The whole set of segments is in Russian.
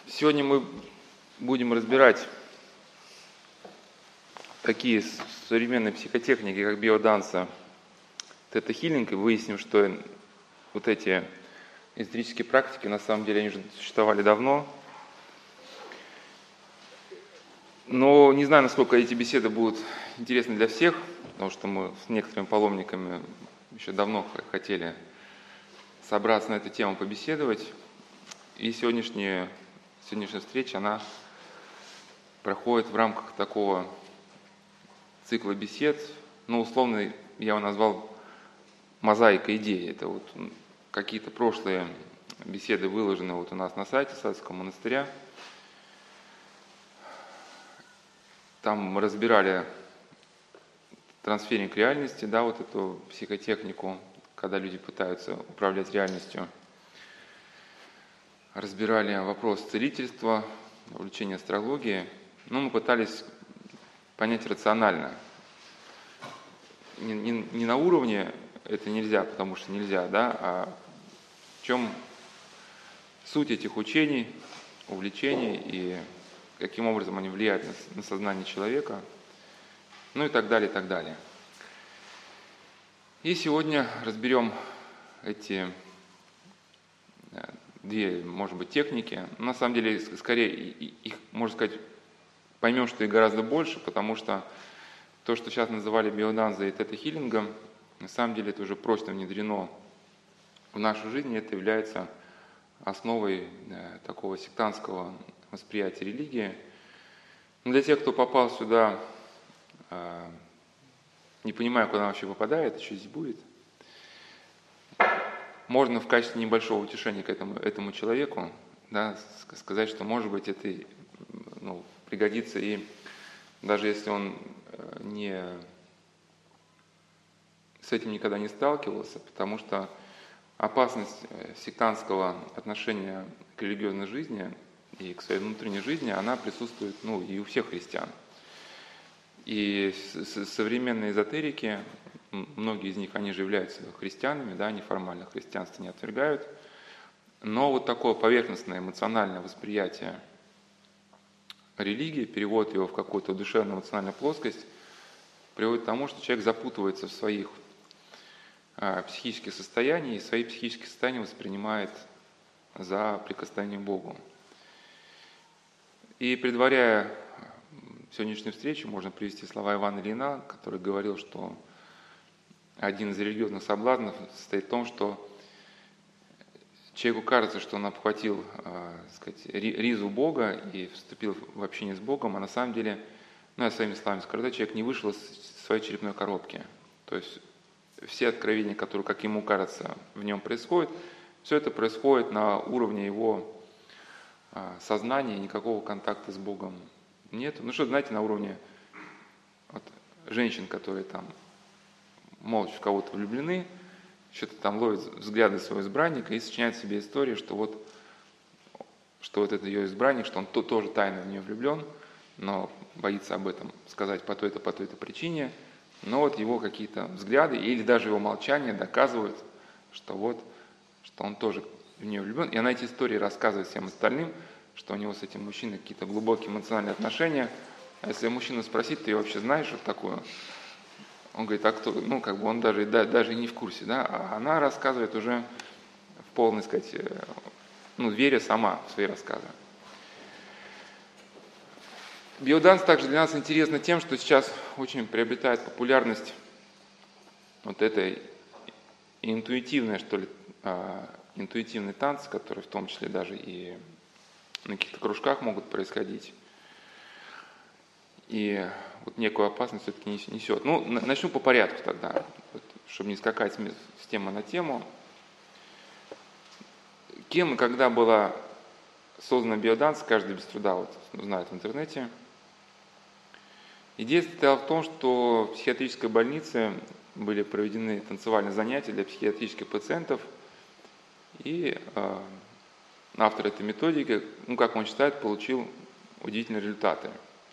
Сегодня мы будем разбирать такие современные психотехники, как биоданса, тета-хилинг, и выясним, что вот эти эзотерические практики, на самом деле, они уже существовали давно. Но не знаю, насколько эти беседы будут интересны для всех, потому что мы с некоторыми паломниками еще давно хотели собраться на эту тему, побеседовать. И сегодняшняя встреча, она проходит в рамках такого цикла бесед. Условно я его назвал «Мозаика идей». Это вот какие-то прошлые беседы выложены вот у нас на сайте Садского монастыря. Там мы разбирали трансферинг реальности, вот эту психотехнику, когда люди пытаются управлять реальностью. Разбирали вопрос целительства, увлечения астрологией. Мы пытались понять рационально. Не на уровне это нельзя, потому что нельзя, а в чем суть этих учений, увлечений и каким образом они влияют на сознание человека, и так далее, и так далее. И сегодня разберем эти две, может быть, техники. На самом деле, скорее, их, можно сказать, поймем, что их гораздо больше, потому что то, что сейчас называли биодансой и тета-хилингом, на самом деле это уже прочно внедрено в нашу жизнь, и это является основой такого сектантского восприятия религии. Но для тех, кто попал сюда, не понимая, куда он вообще попадает, что здесь будет, можно в качестве небольшого утешения к этому человеку сказать, что, может быть, это пригодится, и даже если он с этим никогда не сталкивался, потому что опасность сектантского отношения к религиозной жизни и к своей внутренней жизни, она присутствует и у всех христиан. И современные эзотерики, многие из них, они же являются христианами, они формально христианство не отвергают, но вот такое поверхностное эмоциональное восприятие религии, перевод его в какую-то душевную эмоциональную плоскость, приводит к тому, что человек запутывается в своих психических состояниях, и свои психические состояния воспринимает за прикосновение к Богу. И предваряя сегодняшнюю встречу, можно привести слова Ивана Ильина, который говорил, что один из религиозных соблазнов состоит в том, что человеку кажется, что он обхватил, ризу Бога и вступил в общение с Богом, а на самом деле, я своими словами скажу, человек не вышел из своей черепной коробки. То есть все откровения, которые, как ему кажется, в нем происходят, все это происходит на уровне его сознания, никакого контакта с Богом нет. На уровне женщин, которые там молча в кого-то влюблены, что-то там ловят взгляды своего избранника и сочиняют себе историю, что вот этот ее избранник, что он тоже тайно в нее влюблен, но боится об этом сказать по той-то причине, но его какие-то взгляды или даже его молчание доказывают, что он тоже в нее влюблен. И она эти истории рассказывает всем остальным, что у него с этим мужчиной какие-то глубокие эмоциональные отношения. А если мужчину спросить, ты вообще знаешь что такое? Он говорит, а кто? Он даже не в курсе, А она рассказывает уже в полной, веря сама в свои рассказы. Биоданс также для нас интересно тем, что сейчас очень приобретает популярность этой интуитивный танц, который в том числе даже и на каких-то кружках могут происходить. И некую опасность все-таки несет. Начну по порядку тогда, чтобы не скакать с темы на тему. Кем и когда была создана биоданс, каждый без труда знает в интернете. Идея состояла в том, что в психиатрической больнице были проведены танцевальные занятия для психиатрических пациентов, и автор этой методики, как он считает, получил удивительные результаты.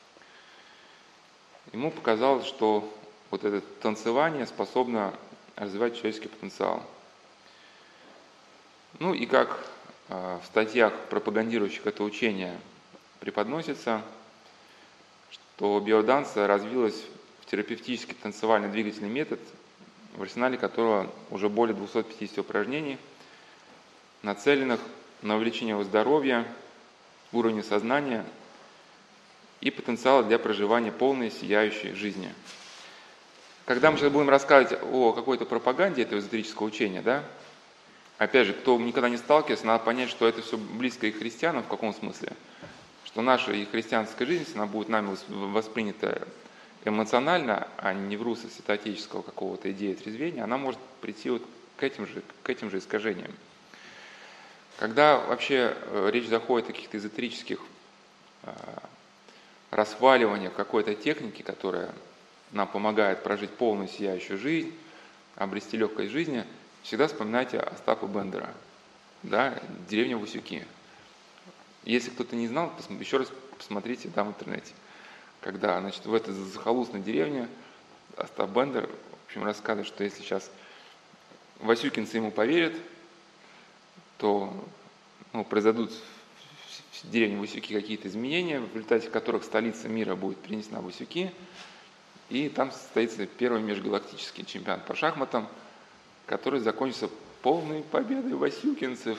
Ему показалось, что это танцевание способно развивать человеческий потенциал. И как в статьях, пропагандирующих это учение, преподносится, что биоданса развилась в терапевтический танцевальный двигательный метод, в арсенале которого уже более 250 упражнений, нацеленных на увеличение его здоровья, уровня сознания и потенциала для проживания полной сияющей жизни. Когда мы сейчас будем рассказывать о какой-то пропаганде этого эзотерического учения, да, опять же, кто никогда не сталкивался, надо понять, что это все близко и христианам в каком смысле, что наша и христианская жизнь, если она будет нами воспринята эмоционально, а не в русле святоотеческого какого-то идеи трезвения, она может прийти вот к этим же искажениям. Когда вообще речь заходит о каких-то эзотерических расхваливаниях какой-то техники, которая нам помогает прожить полную сияющую жизнь, обрести легкость жизни, всегда вспоминайте Остапа Бендера, да, деревня Васюки. Если кто-то не знал, еще раз посмотрите там в интернете. Когда, значит, в этой захолустной деревне Остап Бендер, в общем, рассказывает, что если сейчас васюкинцы ему поверят, то произойдут в деревне Васюки какие-то изменения, в результате которых столица мира будет перенесена в Васюки, и там состоится первый межгалактический чемпионат по шахматам, который закончится полной победой васюкинцев.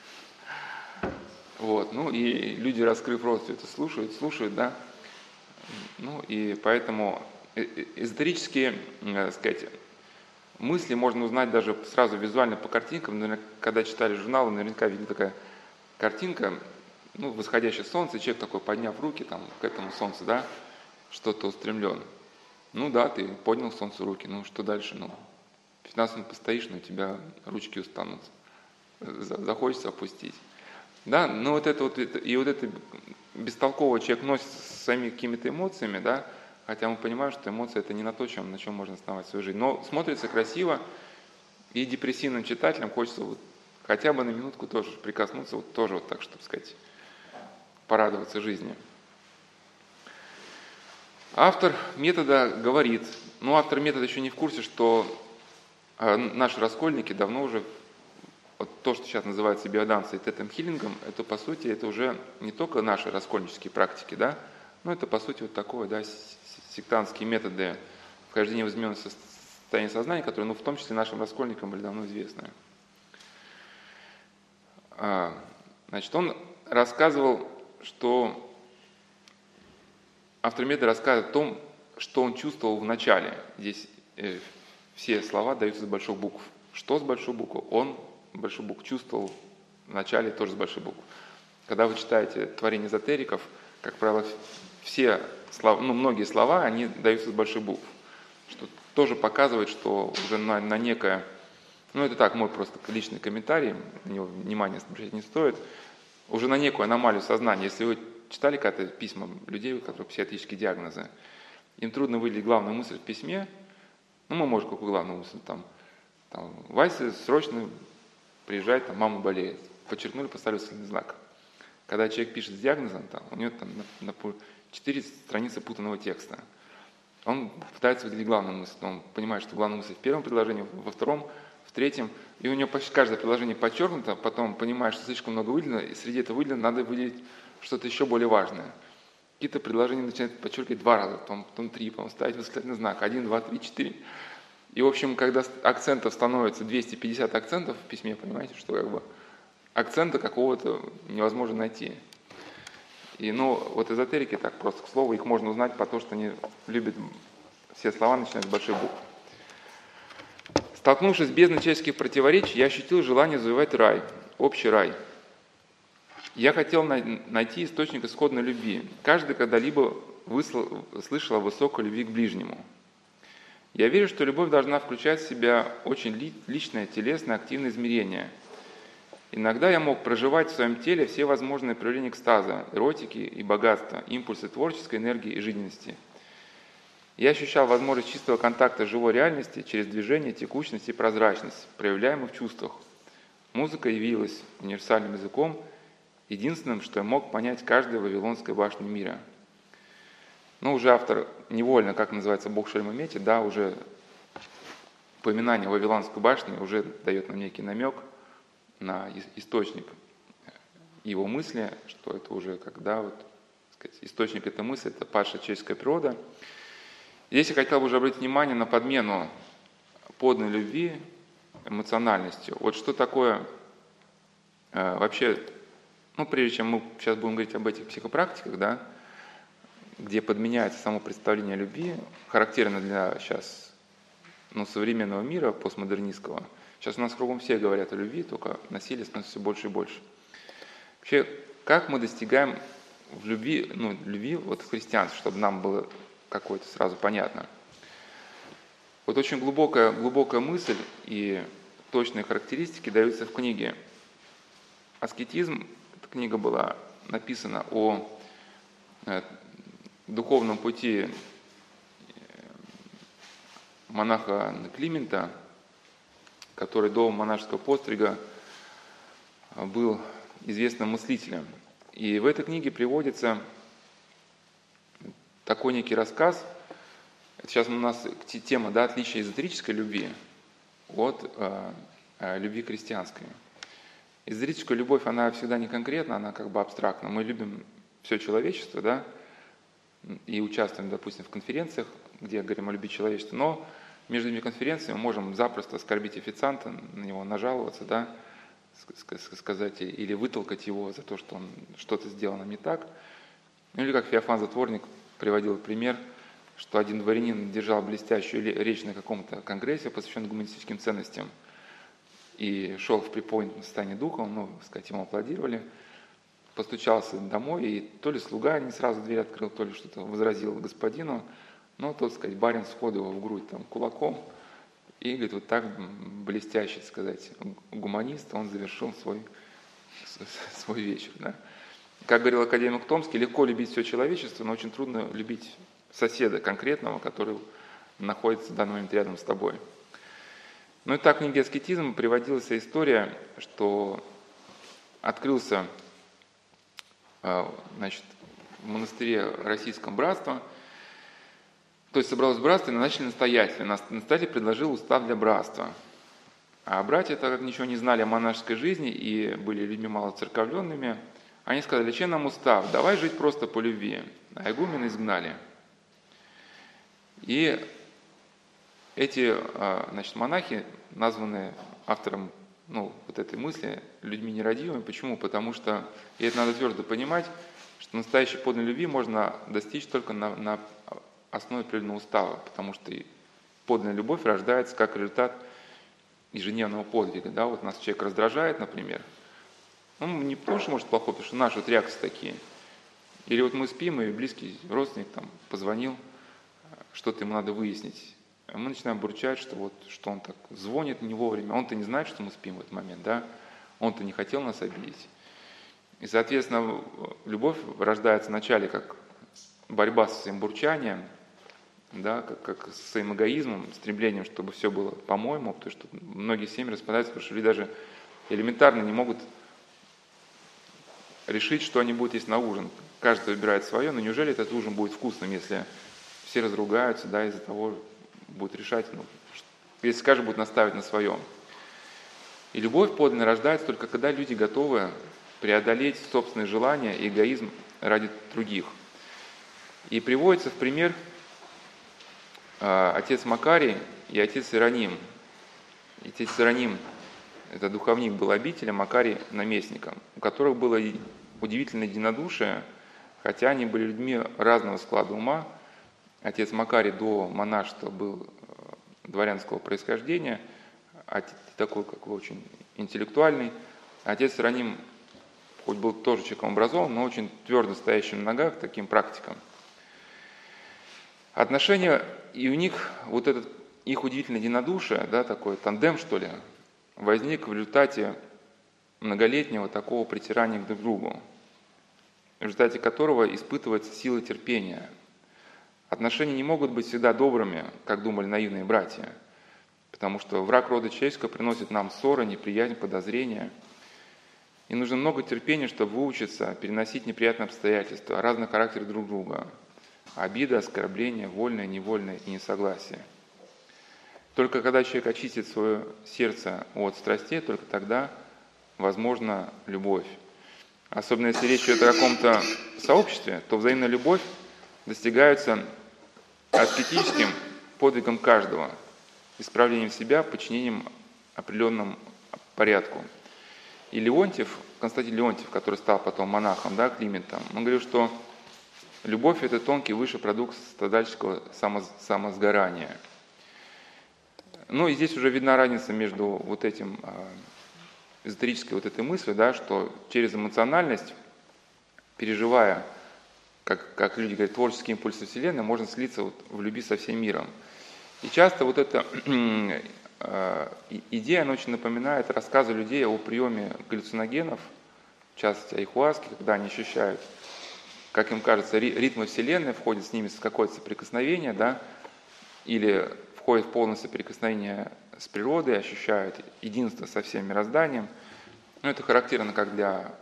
Вот. И люди, раскрыв рот, все это слушают, да. И поэтому эзотерические, так сказать, мысли можно узнать даже сразу визуально по картинкам. Наверное, когда читали журналы, наверняка видели такая картинка, восходящее солнце, человек такой, подняв руки там, к этому солнцу, да, что-то устремлен. Да, ты поднял к солнцу руки, что дальше? 15 минут постоишь, у тебя ручки устанут, захочется опустить. Да, вот это бестолково человек носит со своими какими-то эмоциями, да, хотя мы понимаем, что эмоции это не на чем можно основать свою жизнь. Но смотрится красиво, и депрессивным читателям хочется хотя бы на минутку тоже прикоснуться, тоже так, чтобы сказать, порадоваться жизни. Автор метода говорит, автор метода еще не в курсе, что наши раскольники давно уже, то, что сейчас называется биодансой и тетем-хиллингом, это по сути, это уже не только наши раскольнические практики, да, но это по сути такое, да, сектантские методы вхождения в измененное состояние сознания, которые, в том числе нашим раскольникам были давно известны. Значит, он рассказывал, что автор метода рассказывает о том, что он чувствовал в начале. Здесь все слова даются с больших букв. Что с большой буквы? Он большой букв чувствовал в начале тоже с большой букв. Когда вы читаете творения эзотериков, как правило, все слова, многие слова, они даются с больших букв. Что тоже показывает, что уже на некое, это так, мой просто личный комментарий, на него внимания обращать не стоит, уже на некую аномалию сознания. Если вы читали когда-то письма людей, у которых психиатрические диагнозы, им трудно выделить главную мысль в письме, мы можем какую главную мысль, Вася срочно приезжает, мама болеет. Подчеркнули, поставили следный знак. Когда человек пишет с диагнозом, у него на 4 страницы путанного текста. Он пытается выделить главную мысль. Он понимает, что главная мысль в первом предложении, во втором, в третьем. И у него почти каждое предложение подчеркнуто, потом понимает, что слишком много выделено, и среди этого выделено надо выделить что-то еще более важное. Какие-то предложения начинают подчеркивать 2 раза, потом 3, потом ставить восклицательный знак. 1, 2, 3, 4. И, в общем, когда акцентов становится 250 акцентов в письме, понимаете, что акцента какого-то невозможно найти. И, эзотерики, так просто к слову, их можно узнать по тому, что они любят все слова, начинать с больших букв. Столкнувшись с бездной человеческих противоречий, я ощутил желание завоевать рай, общий рай. Я хотел найти источник исходной любви. Каждый когда-либо слышал о высокой любви к ближнему. Я верю, что любовь должна включать в себя очень личное, телесное, активное измерение. Иногда я мог проживать в своем теле все возможные проявления экстаза, эротики и богатства, импульсы творческой энергии и жизненности. Я ощущал возможность чистого контакта с живой реальности через движение, текучность и прозрачность, проявляемых в чувствах. Музыка явилась универсальным языком, единственным, что я мог понять каждой вавилонской башни мира. Уже автор невольно, как называется, Бог Шельмомети, да, уже упоминание Вавилонской башни уже дает нам некий намек на источник его мысли, что это уже когда вот, так сказать, источник этой мысли – это падшая человеческая природа. Здесь я хотел бы уже обратить внимание на подмену подлинной любви эмоциональностью. Вот что такое вообще, прежде чем мы сейчас будем говорить об этих психопрактиках, да, где подменяется само представление о любви, характерно для сейчас современного мира, постмодернистского. Сейчас у нас кругом все говорят о любви, только насилие становится все больше и больше. Вообще, как мы достигаем в любви, любви вот в христианстве, чтобы нам было какое-то сразу понятно. Вот очень глубокая мысль и точные характеристики даются в книге «Аскетизм». Эта книга была написана о духовном пути монаха Климента, который до монашеского пострига был известным мыслителем. И в этой книге приводится такой некий рассказ. Это сейчас у нас тема, да, отличия эзотерической любви от любви христианской. Эзотерическая любовь, она всегда не конкретна, она как бы абстрактна. Мы любим все человечество, да, и участвуем, допустим, в конференциях, где говорим о любви человечества, но между этими конференциями мы можем запросто оскорбить официанта, на него нажаловаться, да, сказать, или вытолкать его за то, что он что-то сделано не так. Или как Феофан Затворник приводил пример, что один дворянин держал блестящую речь на каком-то конгрессе, посвященном гуманистическим ценностям, и шел в приподнятом состоянии духа, ему аплодировали, постучался домой, и то ли слуга не сразу дверь открыл, то ли что-то возразил господину, но тот, барин сходу его в грудь кулаком, и, говорит, вот так блестяще, гуманист, он завершил свой вечер. Да? Как говорил академик Томский, легко любить все человечество, но очень трудно любить соседа конкретного, который находится в данный момент рядом с тобой. И так в книге «Аскетизм» приводилась история, что открылся в монастыре Российском братство, то есть собралось братство и назначили настоятеля. Настоятель предложил устав для братства. А братья, так как ничего не знали о монашеской жизни и были людьми малоцерковленными, они сказали: «Зачем нам устав? Давай жить просто по любви». А игумена изгнали. И эти монахи, названы автором вот этой мысли людьми нерадивыми. Почему? Потому что, и это надо твердо понимать, что настоящей подлинной любви можно достичь только на основе определенного устава, потому что подлинная любовь рождается как результат ежедневного подвига. Да? Вот нас человек раздражает, например, не потому что может плохо, потому что наши реакции такие. Или вот мы спим, и близкий родственник позвонил, что-то ему надо выяснить. А мы начинаем бурчать, что он так звонит не вовремя. Он-то не знает, что мы спим в этот момент, да? Он-то не хотел нас обидеть. И, соответственно, любовь рождается вначале как борьба со своим бурчанием, да, как со своим эгоизмом, стремлением, чтобы все было по-моему, потому что многие семьи распадаются, потому что люди даже элементарно не могут решить, что они будут есть на ужин. Каждый выбирает свое, но неужели этот ужин будет вкусным, если все разругаются, да, из-за того, будут решать, если каждый будет настаивать на своем. И любовь подлинно рождается только когда люди готовы преодолеть собственные желания и эгоизм ради других. И приводится в пример отец Макарий и отец Иероним. Отец Иероним – это духовник был обителем, Макарий – наместником, у которых было удивительное единодушие, хотя они были людьми разного склада ума. Отец Макарий до монашества был дворянского происхождения, такой как бы очень интеллектуальный. Отец Иероним, хоть был тоже человеком образованным, но очень твердо стоящим на ногах, таким практиком. Отношения, и у них вот этот их удивительное единодушие, да, такой тандем, что ли, возник в результате многолетнего такого притирания друг к другу, в результате которого испытывается сила терпения. Отношения не могут быть всегда добрыми, как думали наивные братья, потому что враг рода человеческого приносит нам ссоры, неприязнь, подозрения. И нужно много терпения, чтобы выучиться переносить неприятные обстоятельства, разных характеров друг друга. Обида, оскорбление, вольное, невольное и несогласие. Только когда человек очистит свое сердце от страстей, только тогда возможна любовь. особенно если речь идет о каком-то сообществе, то взаимная любовь достигается аскетическим подвигом каждого, исправлением себя, подчинением определенному порядку. И Леонтьев, Константин Леонтьев, который стал потом монахом, да, Климентом, он говорил, что любовь – это тонкий высший продукт страдальческого самосгорания. Ну и здесь уже видна разница между вот этим эзотерической вот этой мыслью, да, что через эмоциональность, переживая, как люди говорят, творческие импульсы Вселенной, можно слиться вот в любви со всем миром. И часто вот эта идея, она очень напоминает рассказы людей о приеме галлюциногенов, в частности айхуаски, когда они ощущают, как им кажется, ритмы Вселенной, входят с ними в какое-то соприкосновение, да, или входят в полное соприкосновение с природой, ощущают единство со всем мирозданием. Ну, это характерно как для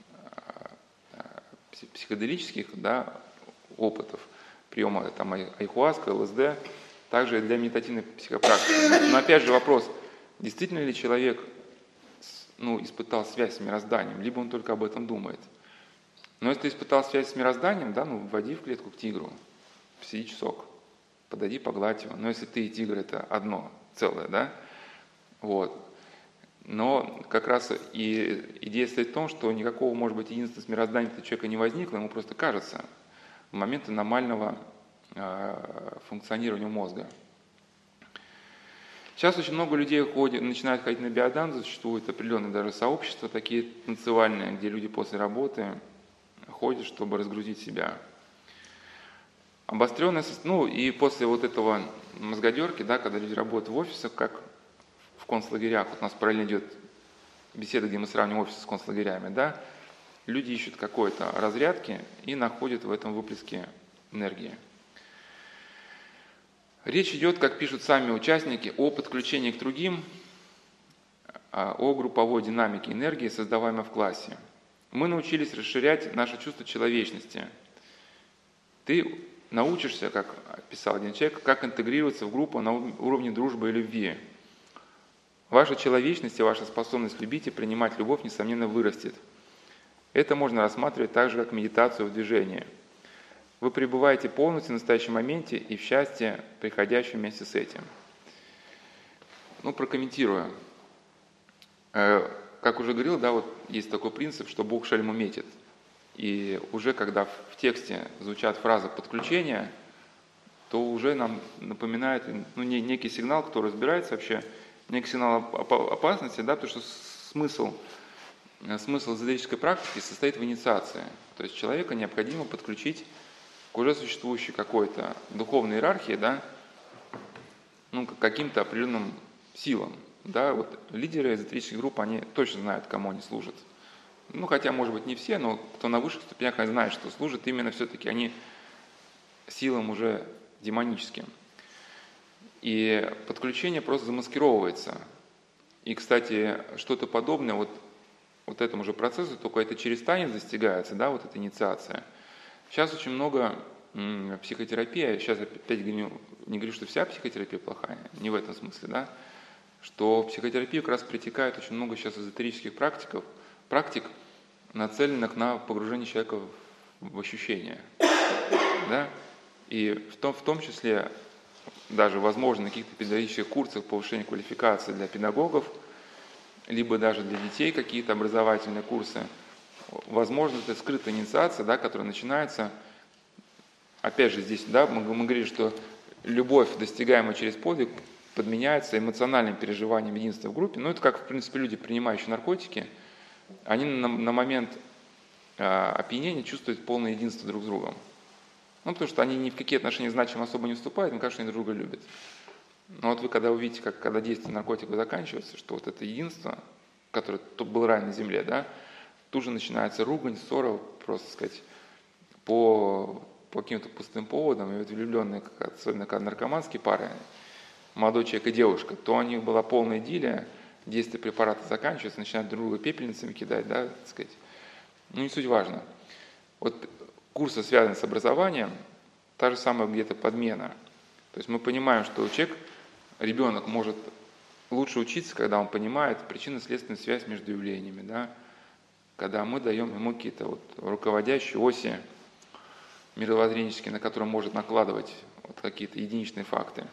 психоделических, да, опытов, приема там, айхуаска, ЛСД, также и для медитативной психопрактики. Но опять же вопрос, действительно ли человек испытал связь с мирозданием, либо он только об этом думает. Но если ты испытал связь с мирозданием, да, вводи в клетку к тигру, посиди часок, подойди, погладь его. Но если ты и тигр – это одно целое, да, вот. Но как раз и идея стоит в том, что никакого, может быть, единства с мирозданием у человека не возникло, ему просто кажется в момент аномального функционирования мозга. Сейчас очень много людей начинают ходить на биоданс, существуют определенные даже сообщества такие танцевальные, где люди после работы ходят, чтобы разгрузить себя. Обостренное, и после вот этого мозгодерки, да, когда люди работают в офисах, как в концлагерях, вот у нас параллельно идет беседа, где мы сравниваем офисы с концлагерями, да, люди ищут какой-то разрядки и находят в этом выплеске энергии. Речь идет, как пишут сами участники, о подключении к другим, о групповой динамике энергии, создаваемой в классе. Мы научились расширять наше чувство человечности. Ты научишься, как писал один человек, как интегрироваться в группу на уровне дружбы и любви. Ваша человечность и ваша способность любить и принимать любовь, несомненно, вырастет. Это можно рассматривать так же, как медитацию в движении. Вы пребываете полностью в настоящем моменте и в счастье, приходящем вместе с этим. Прокомментирую. Как уже говорил, да, вот есть такой принцип, что Бог шельму метит. И уже когда в тексте звучат фразы подключения, то уже нам напоминает некий сигнал, кто разбирается вообще, некий сигнал опасности, да, потому что смысл эзотерической практики состоит в инициации. То есть человека необходимо подключить к уже существующей какой-то духовной иерархии, да, к каким-то определенным силам. Да, вот лидеры эзотерических групп, они точно знают, кому они служат. Хотя, может быть, не все, но кто на высших ступенях, они знают, что служат именно все-таки они силам уже демоническим. И подключение просто замаскировывается. И, кстати, что-то подобное вот этому же процессу, только это через танец достигается, да, вот эта инициация. Сейчас очень много психотерапии, сейчас опять не говорю, что вся психотерапия плохая, не в этом смысле, да, что в психотерапию как раз притекает очень много сейчас эзотерических практик, нацеленных на погружение человека в ощущения. Да? И в том числе даже, возможно, на каких-то педагогических курсах повышения квалификации для педагогов, либо даже для детей какие-то образовательные курсы, возможно, это скрытая инициация, да, которая начинается, опять же, здесь, да, мы говорили, что любовь, достигаемая через подвиг, подменяется эмоциональным переживанием единства в группе. Это как, в принципе, люди, принимающие наркотики, они на момент опьянения чувствуют полное единство друг с другом. Потому что они ни в какие отношения значимо особо не вступают, им кажется, что они друг друга любят. Но вот вы когда увидите, когда действие наркотиков заканчивается, что вот это единство, которое тут был рай на земле, да, тут же начинается ругань, ссора, просто сказать, по каким-то пустым поводам, и вот влюбленные, особенно когда наркоманские пары, молодой человек и девушка, то у них была полная идиллия, действие препарата заканчивается, начинают друг друга пепельницами кидать, да, так сказать. Не суть важно. Вот курсы, связанные с образованием, та же самая где-то подмена. То есть мы понимаем, что ребенок может лучше учиться, когда он понимает причинно-следственную связь между явлениями, да, когда мы даем ему какие-то вот руководящие оси мировоззренческие, на которые он может накладывать вот какие-то единичные факты.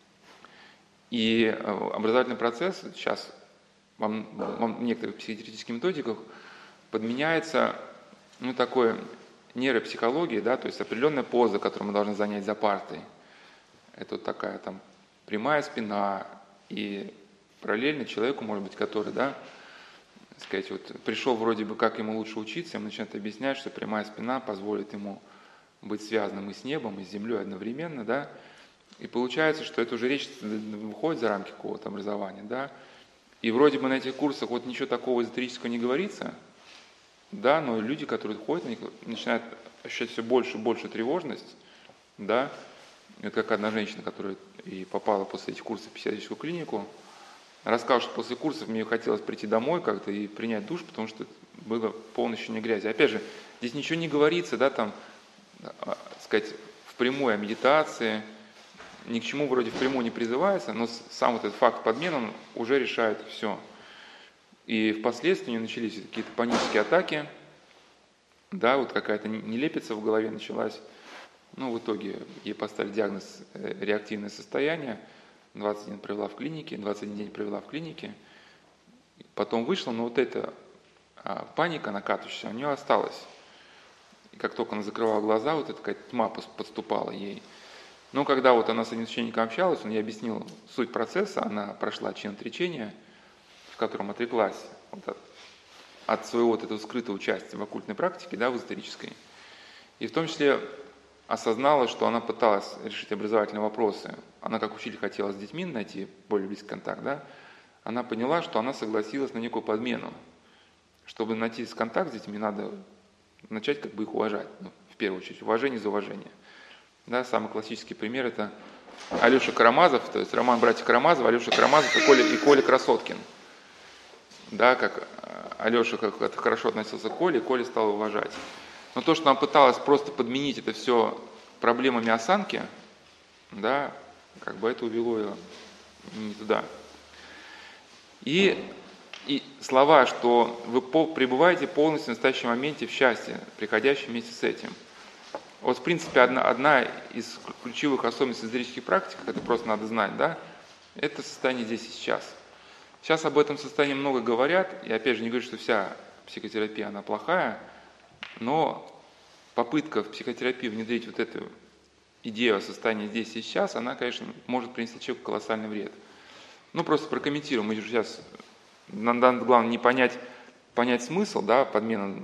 И образовательный процесс сейчас во некоторых психотерапевтических методиках подменяется такой нейропсихологией, да, то есть определенная поза, которую мы должны занять за партой. Это вот такая там прямая спина, и параллельно человеку, может быть, который, да, сказать, вот пришел вроде бы как ему лучше учиться, ему начинают объяснять, что прямая спина позволит ему быть связанным и с небом, и с землей одновременно, да, и получается, что это уже речь выходит за рамки какого-то образования, да, и вроде бы на этих курсах вот ничего такого эзотерического не говорится, да, но люди, которые ходят на них, начинают ощущать все больше и больше тревожность, да. Это как одна женщина, которая и попала после этих курсов в психиатрическую клинику, рассказала, что после курсов мне хотелось прийти домой как-то и принять душ, потому что было полное ощущение грязи. Опять же, здесь ничего не говорится, да, там, сказать, впрямую о медитации, ни к чему вроде впрямую не призывается, но сам вот этот факт подмены, он уже решает все. И впоследствии начались какие-то панические атаки, да, вот какая-то нелепица в голове началась. В итоге ей поставили диагноз реактивное состояние, 21 провела в клинике, 21 день провела в клинике, потом вышла, но вот эта паника накатывающаяся у нее осталась. И как только она закрывала глаза, вот эта какая-то тьма подступала ей. Но когда вот она с этим священником общалась, он ей объяснил суть процесса, она прошла чин отречения, в котором отреклась вот от своего вот этого скрытого участия в оккультной практике, да, в эзотерической. И в том числе осознала, что она пыталась решить образовательные вопросы. Она как учитель хотела с детьми найти более близкий контакт, да? Она поняла, что она согласилась на некую подмену. Чтобы найти контакт с детьми, надо начать как бы их уважать. В первую очередь, уважение за уважение. Да, самый классический пример – это Алеша Карамазов, то есть роман «Братья Карамазов», Алеша Карамазов и Коля Красоткин. Да, как Алеша как хорошо относился к Коле, и Коля стал уважать. Но то, что она пыталась просто подменить это все проблемами осанки, да, как бы это увело ее не туда. И слова, что вы пребываете полностью в настоящем моменте в счастье, приходящем вместе с этим. Вот, в принципе, одна из ключевых особенностей эзотерических практик, это просто надо знать, да, это состояние здесь и сейчас. Сейчас об этом состоянии много говорят, и опять же не говорю, что вся психотерапия, она плохая, но попытка в психотерапии внедрить вот эту идею о состоянии здесь и сейчас, она, конечно, может принести человеку колоссальный вред. Просто прокомментируем. Мы же сейчас, нам главное не понять смысл, да, подмена,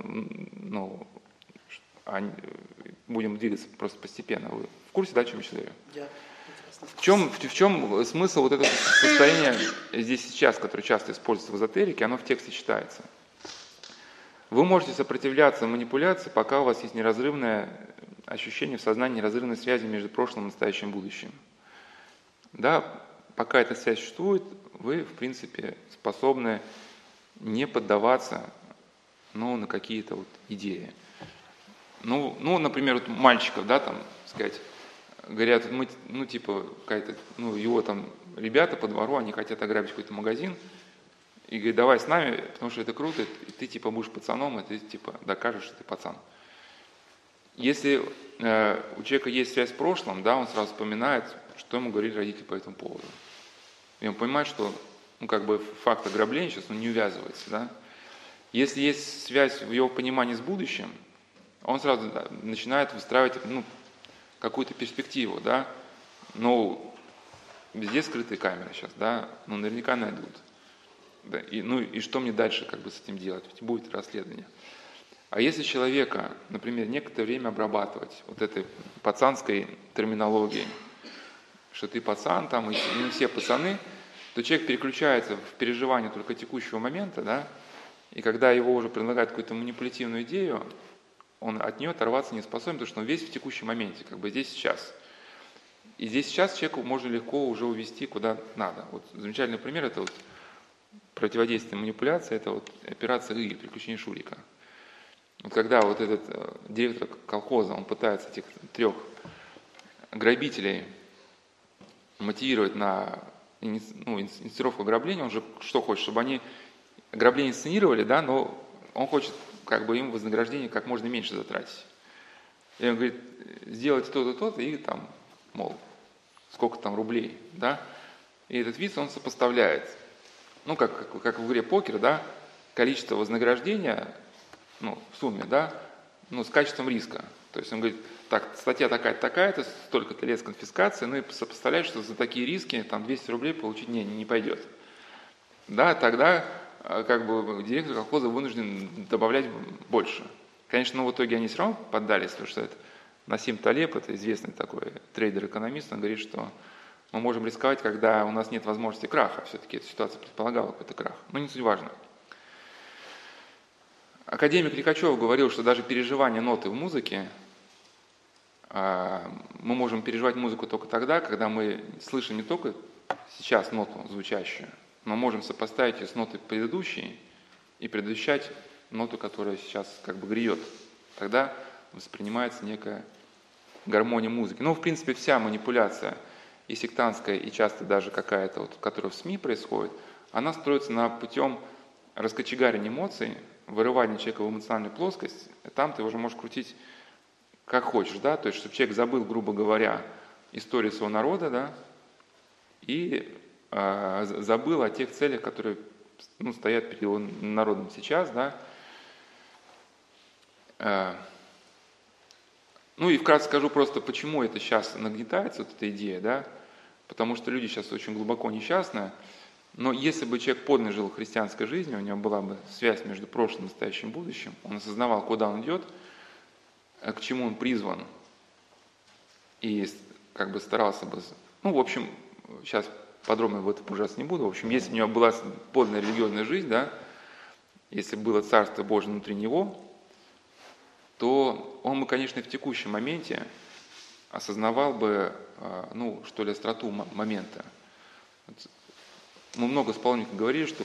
будем двигаться просто постепенно. Вы в курсе, да, о чем я говорю? В чем смысл вот этого состояния здесь и сейчас, которое часто используется в эзотерике, оно в тексте читается. Вы можете сопротивляться манипуляции, пока у вас есть неразрывное ощущение в сознании неразрывной связи между прошлым, настоящим и будущим. Да, пока эта связь существует, вы, в принципе, способны не поддаваться на какие-то вот идеи. Например, вот мальчиков, да, там, сказать, говорят, какая-то, его там ребята по двору, они хотят ограбить какой-то магазин, и говорит, давай с нами, потому что это круто, и ты будешь пацаном, и ты докажешь, что ты пацан. Если у человека есть связь с прошлым, да, он сразу вспоминает, что ему говорили родители по этому поводу. И он понимает, что факт ограбления сейчас не увязывается. Да? Если есть связь в его понимании с будущим, он сразу начинает выстраивать какую-то перспективу. Да? Везде скрытые камеры сейчас, да? Наверняка найдут. Да? И что мне дальше с этим делать? Ведь будет расследование. А если человека, например, некоторое время обрабатывать вот этой пацанской терминологией, что ты пацан, там, и не все пацаны, то человек переключается в переживание только текущего момента, да, и когда его уже предлагают какую-то манипулятивную идею, он от нее оторваться не способен, потому что он весь в текущем моменте, здесь сейчас. И здесь сейчас человеку можно легко уже увести куда надо. Вот замечательный пример – это вот противодействие манипуляции, это вот операция «Ы», приключение Шурика. Вот когда вот этот директор колхоза, он пытается этих 3 грабителей мотивировать на инсценировку ограбления, он же что хочет, чтобы они ограбление инсценировали, да, но он хочет как бы им вознаграждение как можно меньше затратить. И он говорит, сделайте то-то, то-то, и там, мол, сколько там рублей, да? И этот виц, он сопоставляет, ну, как в игре покер, да, количество вознаграждения, ну, в сумме, да, ну, с качеством риска. То есть он говорит, так, статья такая-то, такая-то, столько-то лет с конфискацией, ну, и сопоставляет, что за такие риски там 200 рублей получить не пойдет. Да, тогда как бы директор колхоза вынужден добавлять больше. Конечно, в итоге они все равно поддались, потому что это Насим Талеб, это известный такой трейдер-экономист, он говорит, что мы можем рисковать, когда у нас нет возможности краха. Все-таки эта ситуация предполагала какой-то крах. Но не суть важно. Академик Лихачев говорил, что даже переживание ноты в музыке, мы можем переживать музыку только тогда, когда мы слышим не только сейчас ноту звучащую, но можем сопоставить ее с нотой предыдущей и предвещать ноту, которая сейчас как бы греет. Тогда воспринимается некая гармония музыки. Ну, в принципе, вся манипуляция и сектантская, и часто даже какая-то, вот, которая в СМИ происходит, она строится на путем раскочегарения эмоций, вырывания человека в эмоциональную плоскость. Там ты уже можешь крутить как хочешь, да, то есть, чтобы человек забыл, грубо говоря, историю своего народа, да, и забыл о тех целях, которые, ну, стоят перед его народом сейчас, да. Ну и вкратце скажу просто, почему это сейчас нагнетается, вот эта идея, да, потому что люди сейчас очень глубоко несчастны, но если бы человек подлинно жил христианской жизнью, у него была бы связь между прошлым, настоящим и будущим, он осознавал, куда он идет, к чему он призван, и как бы старался бы, ну, в общем, сейчас подробно в это погружаться не буду, в общем, если у него была подлинная религиозная жизнь, да, если было Царство Божие внутри него, то он бы, конечно, в текущем моменте осознавал бы, ну, что ли, остроту момента. Мы много с Павловником говорили, что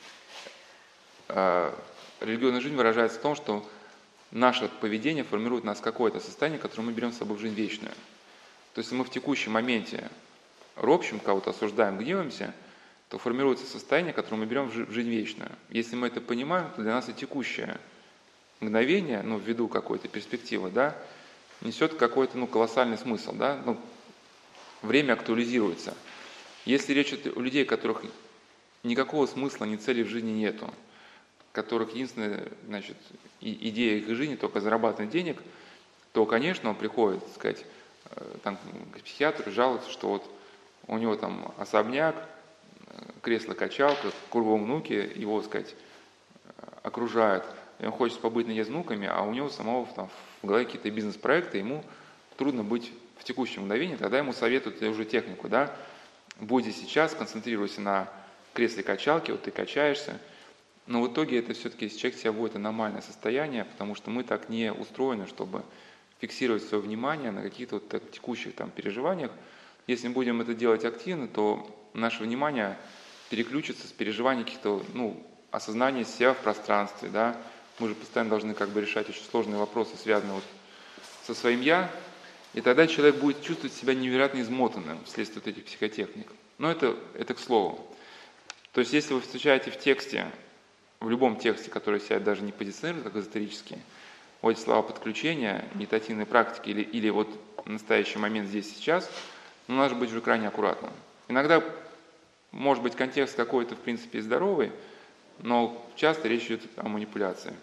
религиозная жизнь выражается в том, что наше поведение формирует нас в какое-то состояние, которое мы берем с собой в жизнь вечную. То есть, если мы в текущем моменте ропщим, кого-то осуждаем, гневаемся, то формируется состояние, которое мы берем в жизнь вечную. Если мы это понимаем, то для нас и текущее мгновение, ну, ввиду какой-то перспективы, да, несет какой-то, ну, колоссальный смысл, да, ну, время актуализируется. Если речь о людей, у которых никакого смысла, ни цели в жизни нету, которых единственная, значит, идея их жизни только зарабатывать денег, то, конечно, он приходит, так сказать, там, к психиатру и жалуется, что вот у него там особняк, кресло-качалка, кругом внуки его, так сказать, окружают, и он хочет побыть наедине с внуками, а у него самого там в голове какие-то бизнес-проекты, ему трудно быть в текущем мгновении, тогда ему советуют уже технику, да, будь сейчас, концентрируйся на кресле-качалке, вот ты качаешься, но в итоге это все-таки человек себя вводит в аномальное состояние, потому что мы так не устроены, чтобы фиксировать свое внимание на каких-то вот текущих там переживаниях. Если мы будем это делать активно, то наше внимание переключится с переживаний каких-то, ну, осознания себя в пространстве, да. Мы же постоянно должны как бы решать очень сложные вопросы, связанные вот со своим «я», и тогда человек будет чувствовать себя невероятно измотанным вследствие вот этих психотехник. Но это к слову. То есть если вы встречаете в тексте, в любом тексте, который себя даже не позиционирует как эзотерический, вот эти слова подключения, медитативной практики или вот в настоящий момент здесь сейчас, ну, надо быть уже крайне аккуратным. Иногда может быть контекст какой-то в принципе здоровый, но часто речь идет о манипуляции.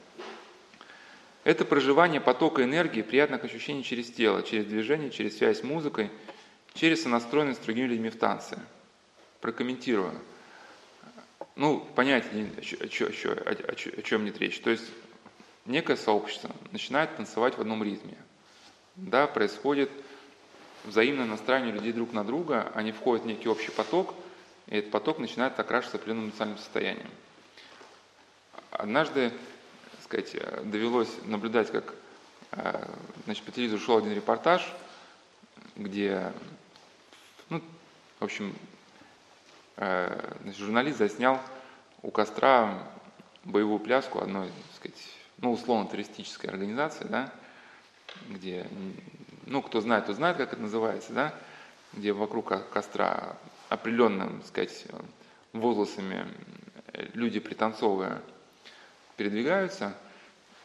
Это проживание потока энергии, приятных ощущений через тело, через движение, через связь с музыкой, через сонастроенность с другими людьми в танце. Прокомментирую. Ну, понятие, о чем идет речь. То есть некое сообщество начинает танцевать в одном ритме. Да, происходит взаимное настраивание людей друг на друга, они входят в некий общий поток, и этот поток начинает окрашиваться определенным эмоциональным состоянием. Однажды, так сказать, довелось наблюдать, как, значит, по телевизору шел один репортаж, где, ну, в общем, значит, журналист заснял у костра боевую пляску одной, так сказать, ну, условно-туристической организации, да, где, ну, кто знает, тот знает, как это называется, да, где вокруг костра определенным, так сказать, возгласами люди, пританцовывая, передвигаются.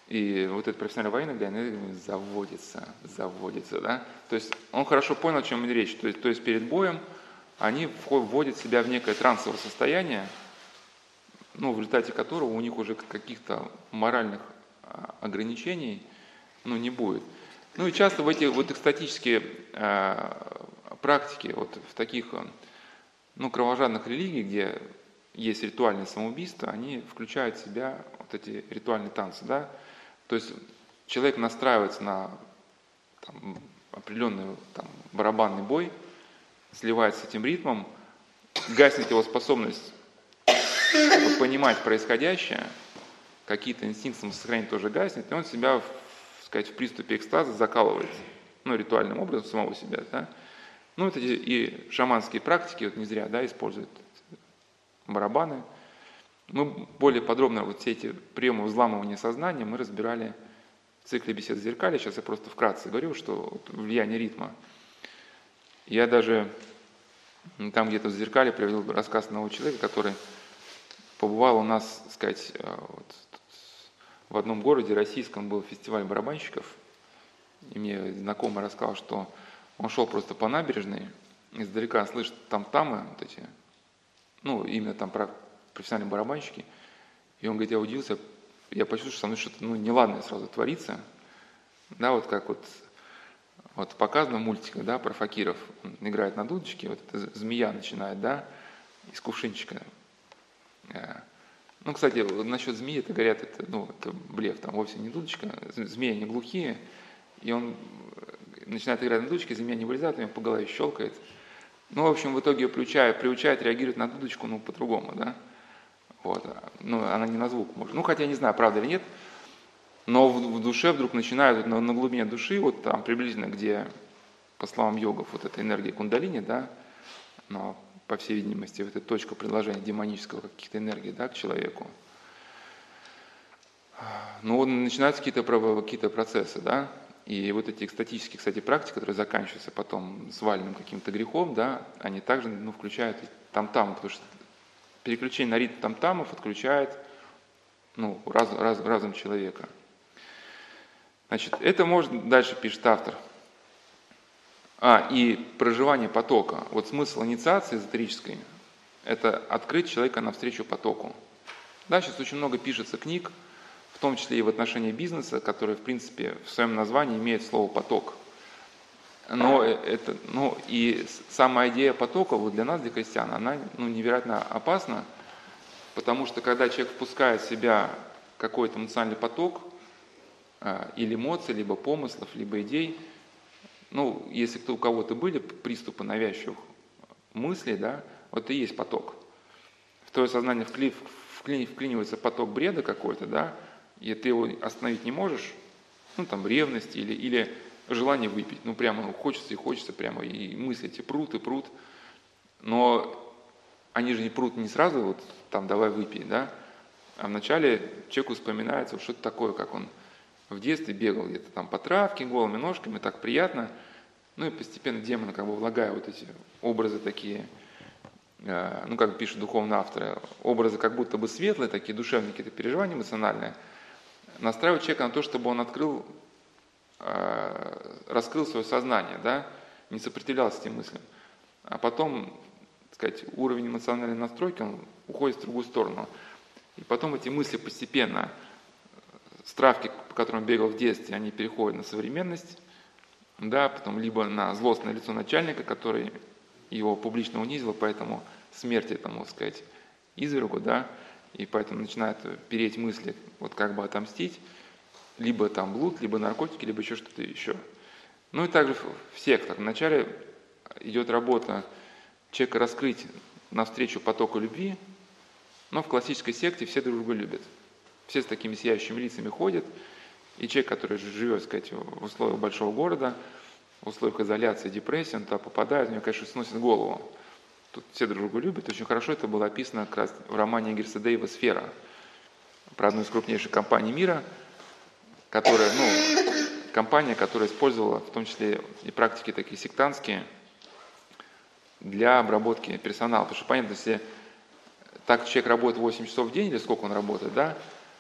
И вот этот профессиональный военный заводится, да. То есть он хорошо понял, о чем речь. То есть перед боем они вводят себя в некое трансовое состояние, ну, в результате которого у них уже каких-то моральных ограничений, ну, не будет. Ну и часто в эти вот экстатические практики, вот в таких, ну, кровожадных религиях, где есть ритуальное самоубийство, они включают в себя вот эти ритуальные танцы, да. То есть человек настраивается на там, определенный там, барабанный бой, сливается с этим ритмом, гаснет его способность понимать происходящее, какие-то инстинкты самосохранения тоже гаснет, и он себя, сказать, в приступе экстаза закалывает, ну, ритуальным образом самого себя, да. Ну, это и шаманские практики, вот не зря, да, используют барабаны. Мы более подробно вот все эти приемы взламывания сознания мы разбирали в цикле бесед в зеркале. Сейчас я просто вкратце говорю, что вот влияние ритма. Я даже там где-то в зеркале привел рассказ одного человека, который побывал у нас, так сказать, вот, в одном городе российском был фестиваль барабанщиков, и мне знакомый рассказал, что он шел просто по набережной, издалека слышит там-тамы, вот эти, ну, именно там профессиональные барабанщики, и он говорит, я удивился, я почувствовал, что со мной что-то, ну, неладное сразу творится, да, вот как вот показано в мультиках, да, про факиров, он играет на дудочке, вот эта змея начинает, да, из кувшинчика. Ну, кстати, насчет змеи, это говорят, это блеф, там вовсе не дудочка, змеи не глухие, и он начинает играть на дудочке, змея не вылезает, у него по голове щелкает. Ну, в общем, в итоге ее приучает реагировать на дудочку, ну, по-другому, да. Вот. Ну, она не на звук может. Ну, хотя я не знаю, правда или нет, но в душе вдруг начинают, на глубине души, вот там приблизительно, где, по словам йогов, вот эта энергия кундалини, да, но, по всей видимости, вот эта точка предложения демонического каких-то энергий, да, к человеку. Ну, начинаются какие-то процессы, да, и вот эти экстатические, кстати, практики, которые заканчиваются потом сваленным каким-то грехом, да, они также, ну, включают там-там, потому что переключение на ритм там-тамов отключает, ну, разум человека. Значит, это может, дальше пишет автор. И проживание потока. Вот смысл инициации эзотерической – это открыть человека навстречу потоку. Да, сейчас очень много пишется книг, в том числе и в отношении бизнеса, который, в принципе, в своем названии имеет слово «поток». Но и сама идея потока вот для нас, для христиан, она, ну, невероятно опасна, потому что когда человек впускает в себя какой-то эмоциональный поток, или эмоций, либо помыслов, либо идей, ну, если у кого-то были приступы навязчивых мыслей, да, вот и есть поток. В твое сознание вклинивается поток бреда какой-то, да, и ты его остановить не можешь, ну, там, ревность или желание выпить, ну, прямо хочется и хочется, прямо, и мысли эти прут и прут, но они же не прут не сразу, вот, там, давай выпей, да, а вначале человеку вспоминается, что-то такое, как он в детстве бегал где-то там по травке голыми ножками, так приятно, ну, и постепенно демон, как бы, влагая вот эти образы такие, ну, как пишут духовные авторы, образы как будто бы светлые, такие душевные какие-то переживания эмоциональные, настраивают человека на то, чтобы он раскрыл свое сознание, да, не сопротивлялся этим мыслям. А потом, так сказать, уровень эмоциональной настройки, он уходит в другую сторону. И потом эти мысли постепенно, с травки, по которым он бегал в детстве, они переходят на современность, да, потом либо на злостное лицо начальника, который его публично унизил, поэтому смерть этому, так сказать, извергу, да, и поэтому начинают переть мысли, вот как бы отомстить, либо там блуд, либо наркотики, либо еще что-то еще. Ну и также в сектах. Вначале идет работа человека раскрыть навстречу потоку любви, но в классической секте все друг друга любят. Все с такими сияющими лицами ходят, и человек, который живет, так сказать, в условиях большого города, в условиях изоляции, депрессии, он туда попадает, у него, конечно, сносит голову. Тут все друг друга любят. Очень хорошо это было описано как раз в романе Эггерса Дейва «Сфера», про одну из крупнейших компаний мира, которая, компания, которая использовала в том числе и практики такие сектантские для обработки персонала. Потому что, понятно, если так человек работает 8 часов в день, или сколько он работает, да,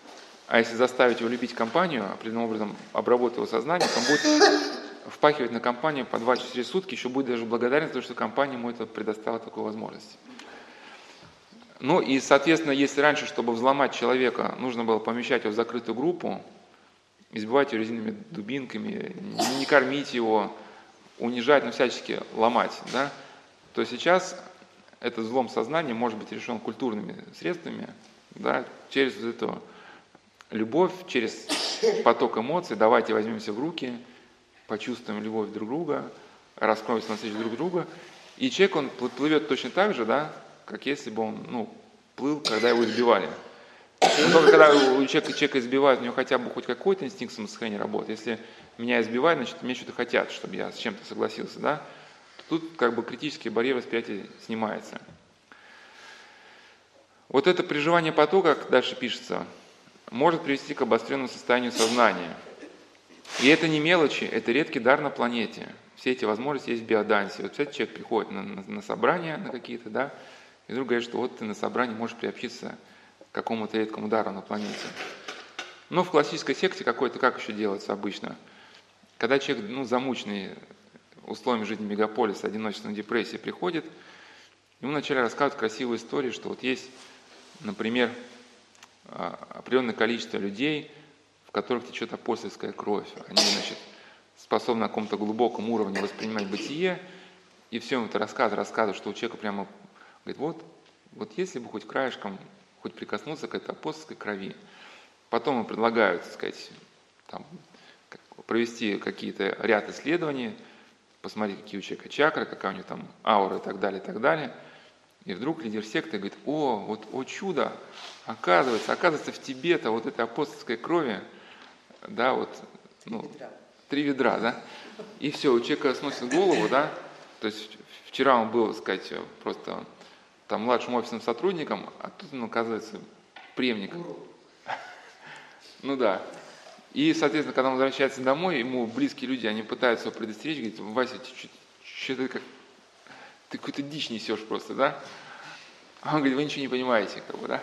А если заставить его любить компанию, определенным образом обработать его сознание, то он будет впахивать на компанию по 2 часа в сутки, еще будет даже благодарен за то, что компания ему это предоставила такую возможность. Ну и, соответственно, если раньше, чтобы взломать человека, нужно было помещать его в закрытую группу, избивать его резиновыми дубинками, не кормить его, унижать, но всячески ломать, да, то сейчас этот взлом сознания может быть решен культурными средствами, да, через эту любовь, через поток эмоций, давайте возьмемся в руки, почувствуем любовь друг друга, раскроемся навстречу друг друга, и человек, он плывет точно так же, да, как если бы он, плыл, когда его избивали. Но только когда человека избивают, у него хотя бы хоть какой-то инстинкт самосохранения работает. Если меня избивают, значит, мне что-то хотят, чтобы я с чем-то согласился, да? Тут как бы критический барьер восприятия снимается. Вот это переживание потока, как дальше пишется, может привести к обостренному состоянию сознания. И это не мелочи, это редкий дар на планете. Все эти возможности есть в биодансе. Вот, кстати, человек приходит на собрания на какие-то, да, и вдруг говорит, что вот ты на собрании можешь приобщиться к какому-то редкому дару на планете. Но в классической секте какой-то как еще делается обычно? Когда человек, замученный условиями жизни мегаполиса, одиночеством, депрессией приходит, ему вначале рассказывают красивые истории, что вот есть, например, определенное количество людей, в которых течет апостольская кровь. Они, способны на каком-то глубоком уровне воспринимать бытие, и все им это рассказывают, что у человека прямо говорит, вот если бы хоть краешком, хоть прикоснуться к этой апостольской крови. Потом ему предлагают, так сказать, провести какие-то ряд исследований, посмотреть, какие у человека чакры, какая у него там аура и так далее, и так далее. И вдруг лидер секты говорит, о чудо, оказывается, в тебе-то вот этой апостольской крови, да, 3 ведра, да, и все, у человека сносит голову, да, то есть вчера он был, так сказать, просто там младшим офисным сотрудником, а тут он оказывается преемником. Ну да. И, соответственно, когда он возвращается домой, ему близкие люди, они пытаются его предостеречь, говорят, Вася, ты какую-то дичь несешь просто, да? А он говорит, вы ничего не понимаете, да?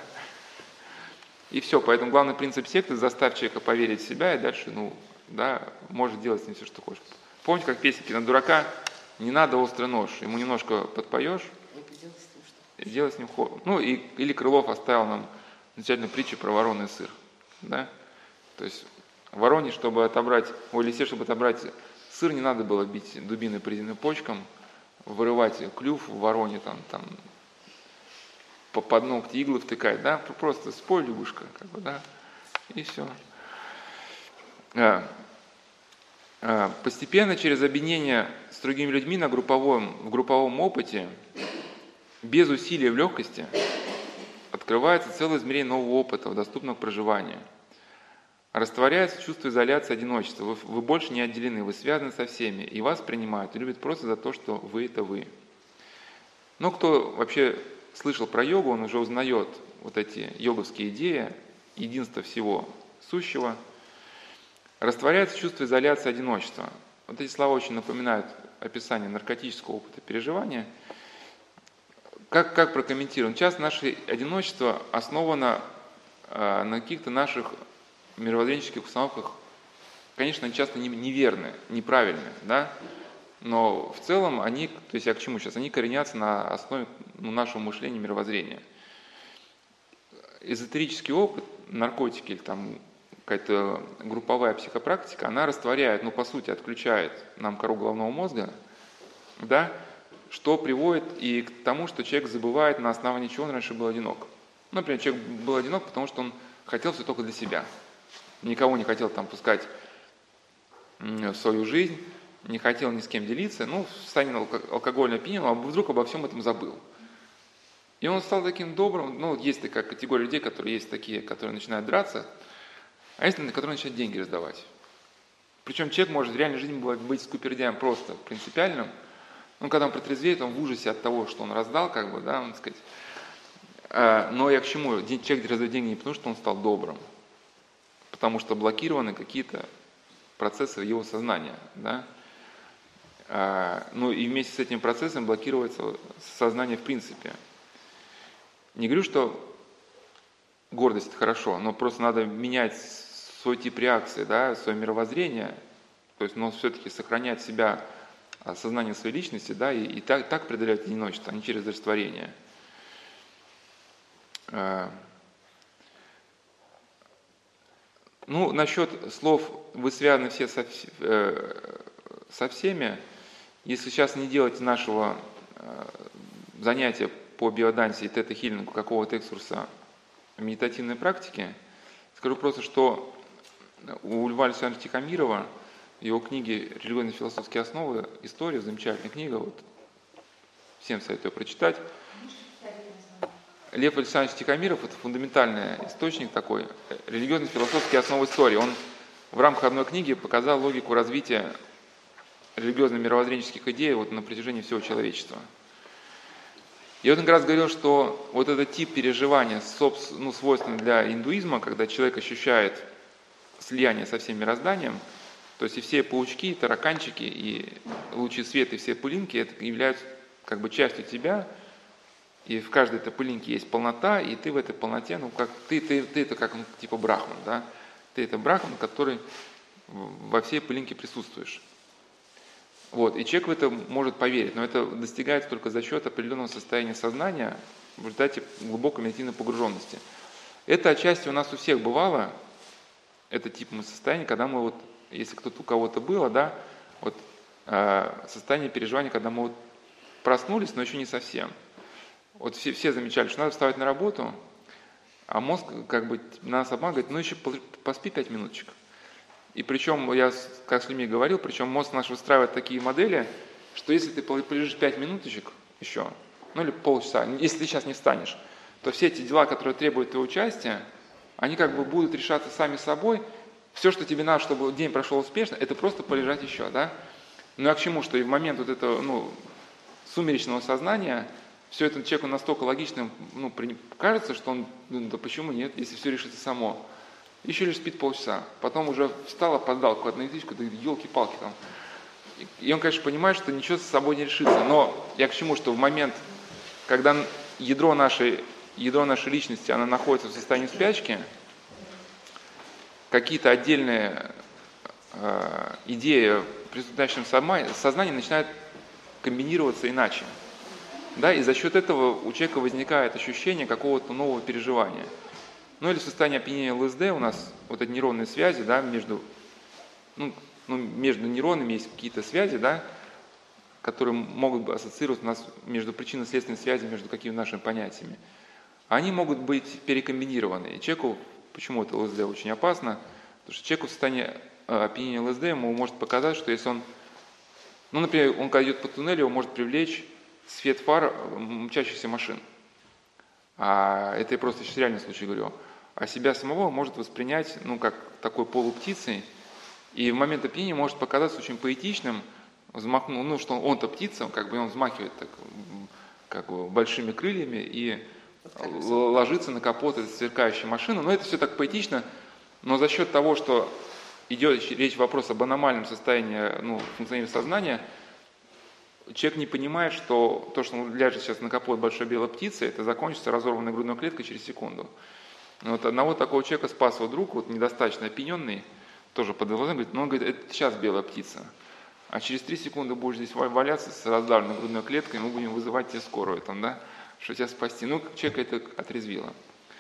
И все, поэтому главный принцип секты – заставь человека поверить в себя, и дальше, может делать с ним все, что хочешь. Помните, как песенки на дурака, не надо острый нож, ему немножко подпоешь, и делай с ним ход. Или Крылов оставил нам замечательную притчу про вороний сыр, да? То есть вороне, чтобы отобрать, лисе, чтобы отобрать сыр, не надо было бить дубиной по резиновым почкам, вырывать клюв в вороне, там под ногти иглы втыкать, да, просто спой, Любушка, да, и все. Постепенно через объединение с другими людьми в групповом опыте, без усилия в легкости, открывается целое измерение нового опыта, доступного к проживанию. Растворяется чувство изоляции, одиночества. Вы больше не отделены, вы связаны со всеми, и вас принимают, и любят просто за то, что вы – это вы. Но кто вообще слышал про йогу, он уже узнает вот эти йоговские идеи, единство всего сущего. Растворяется чувство изоляции, одиночества. Вот эти слова очень напоминают описание наркотического опыта переживания. Как прокомментируем? Часто наше одиночество основано на каких-то наших мировоззренческих установках, конечно, часто неверные, неправильные, да? Но в целом они, то есть я к чему сейчас, они коренятся на основе нашего мышления, мировоззрения. Эзотерический опыт, наркотики или там какая-то групповая психопрактика, она растворяет, по сути, отключает нам кору головного мозга, да? Что приводит и к тому, что человек забывает, на основании чего он раньше был одинок. Например, человек был одинок, потому что он хотел все только для себя. Никого не хотел там пускать в свою жизнь, не хотел ни с кем делиться, станет алкогольно опьянел, а вдруг обо всем этом забыл. И он стал таким добрым, есть такая категория людей, которые есть такие, которые начинают драться, а есть которые начинают деньги раздавать. Причем человек может в реальной жизни быть скупердяем просто принципиальным, когда он протрезвеет, он в ужасе от того, что он раздал, он, так сказать. Но я к чему? Человек раздает деньги не потому, что он стал добрым, потому что блокированы какие-то процессы его сознания, да? И вместе с этим процессом блокируется сознание в принципе. Не говорю, что гордость – это хорошо, но просто надо менять свой тип реакции, да, свое мировоззрение, то есть, но все-таки сохранять себя, сознание своей личности, да, и так преодолевать одиночество, а не через растворение. Ну, насчет слов «вы связаны все со всеми», если сейчас не делать нашего занятия по биодансе и тета-хилингу какого-то экскурса медитативной практики, скажу просто, что у Льва Александровича Тихомирова в его книге «Религиозно-философские основы. История», замечательная книга, вот, всем советую прочитать. Лев Александрович Тихомиров – это фундаментальный источник такой, религиозно-философские основы истории. Он в рамках одной книги показал логику развития религиозно-мировоззренческих идей вот на протяжении всего человечества. И вот он как раз говорил, что вот этот тип переживания, свойственный для индуизма, когда человек ощущает слияние со всем мирозданием, то есть и все паучки, и тараканчики, и лучи света, и все пылинки, это являются как бы частью тебя, и в каждой этой пылинке есть полнота, и ты в этой полноте, ну как ты это как типа брахман, да? Ты это брахман, который во всей пылинке присутствуешь. Вот, и человек в это может поверить, но это достигается только за счет определенного состояния сознания в результате глубокой медитативной погруженности. Это отчасти у нас у всех бывало, это тип состояния, когда мы вот, если кто-то у кого-то было, да, вот состояние переживания, когда мы вот проснулись, но еще не совсем. Вот все замечали, что надо вставать на работу, а мозг как бы нас обманывает, ну еще поспи 5 минуточек. И причем, я как с людьми говорил, причем мозг наш выстраивает такие модели, что если ты полежишь 5 минуточек еще, ну или полчаса, если ты сейчас не встанешь, то все эти дела, которые требуют твоего участия, они как бы будут решаться сами собой. Все, что тебе надо, чтобы день прошел успешно, это просто полежать еще, да? Ну а к чему, что и в момент вот этого, сумеречного сознания, все это человеку настолько логичным, кажется, что он, да почему нет, если все решится само. Еще лишь спит полчаса, потом уже встал, опоздал куда-то на электричку, да елки-палки там. И он, конечно, понимает, что ничего с собой не решится. Но я к чему, что в момент, когда ядро нашей личности, она находится в состоянии спячки, какие-то отдельные идеи в присутствующем сознании начинают комбинироваться иначе. Да, и за счет этого у человека возникает ощущение какого-то нового переживания. Ну или в состоянии опьянения ЛСД у нас вот эти нейронные связи, да, между нейронами есть какие-то связи, да, которые могут ассоциироваться у нас между причинно-следственной связью, между какими-то нашими понятиями. Они могут быть перекомбинированы. И человеку, почему это ЛСД очень опасно, потому что человеку в состоянии опьянения ЛСД ему может показать, что если он, например, он когда идет по туннелю, его может привлечь свет фар мчащихся машин. А это я просто сейчас реальный случай говорю. А себя самого может воспринять, как такой полуптицей, и в момент опьянения может показаться очень поэтичным, что он-то птица, он взмахивает так, как бы большими крыльями и ложится на капот этой сверкающей машины. Но это все так поэтично, но за счет того, что идет речь вопрос об аномальном состоянии функционирования сознания, человек не понимает, что то, что он ляжет сейчас на капот большой белой птицы, это закончится разорванной грудной клеткой через секунду. Вот одного такого человека спас его друг, недостаточно опьяненный, тоже под глазами, говорит, он говорит, это сейчас белая птица, а через 3 секунды будешь здесь валяться с раздавленной грудной клеткой, мы будем вызывать тебе скорую, что тебя спасти. Человека это отрезвило.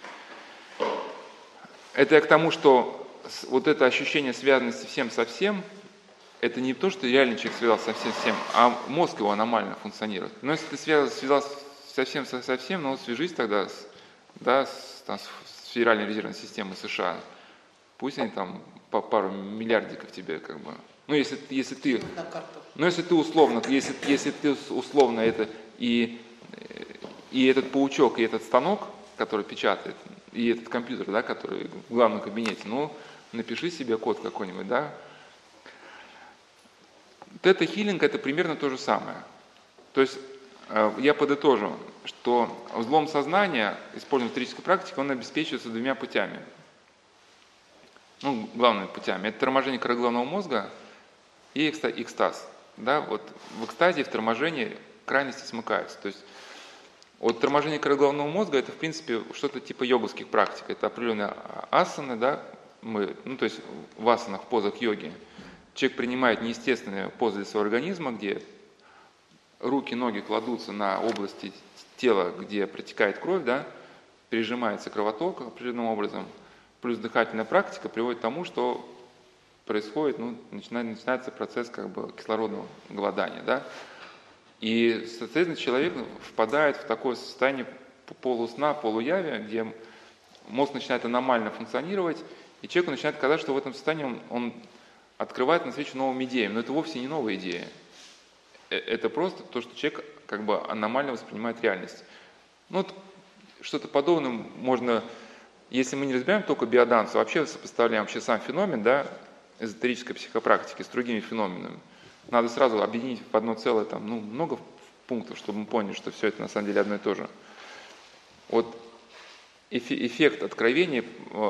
Это я к тому, что вот это ощущение связанности всем со всем, это не то, что реально человек связался со всем, а мозг его аномально функционирует. Но если ты связался со всем, свяжись тогда с Федеральной резервной системой США. Пусть они там по пару миллиардиков тебе если ты условно это и этот паучок, и этот станок, который печатает, и этот компьютер, да, который в главном кабинете, напиши себе код какой-нибудь, да. Тета-хилинг – это примерно то же самое. То есть я подытожу, что взлом сознания, используя методической практике, он обеспечивается 2 путями. Главными путями. Это торможение коры головного мозга и экстаз. Да, вот в экстазе, в торможении крайности смыкаются. То есть Вот торможение коры головного мозга – это, в принципе, что-то типа йоговских практик. Это определенные асаны, да, то есть в асанах, в позах йоги. Человек принимает неестественные позы для своего организма, где руки, ноги кладутся на области тела, где протекает кровь, да, прижимается кровоток определенным образом. Плюс дыхательная практика приводит к тому, что происходит, начинается процесс как бы кислородного голодания, да. И, соответственно, человек впадает в такое состояние полусна, полуявия, где мозг начинает аномально функционировать, и человеку начинает казаться, что в этом состоянии он открывает навстречу новым идеям. Но это вовсе не новая идея. Это просто то, что человек как бы аномально воспринимает реальность. Что-то подобное можно, если мы не разбираем только биоданс, вообще сопоставляем вообще сам феномен, да, эзотерической психопрактики с другими феноменами. Надо сразу объединить в одно целое много пунктов, чтобы мы поняли, что все это на самом деле одно и то же. Вот эффект откровения,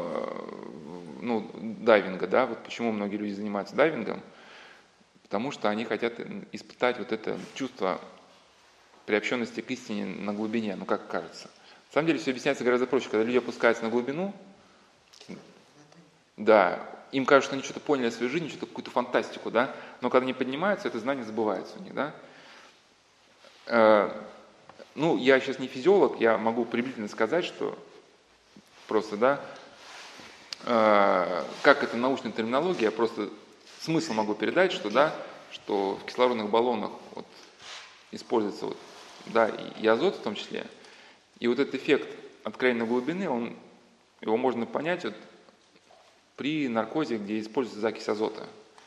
дайвинга, да, вот почему многие люди занимаются дайвингом, потому что они хотят испытать вот это чувство приобщенности к истине на глубине, как кажется. На самом деле все объясняется гораздо проще. Когда люди опускаются на глубину, да, им кажется, что они что-то поняли о своей жизни, что-то какую-то фантастику, да, но когда они поднимаются, это знание забывается у них, да. Я сейчас не физиолог, я могу приблизительно сказать, что просто, да, как это научная терминология, я просто смысл могу передать, что, да, что в кислородных баллонах используется и азот в том числе, и вот этот эффект откровенной глубины, его можно понять при наркозе, где используется закись азота.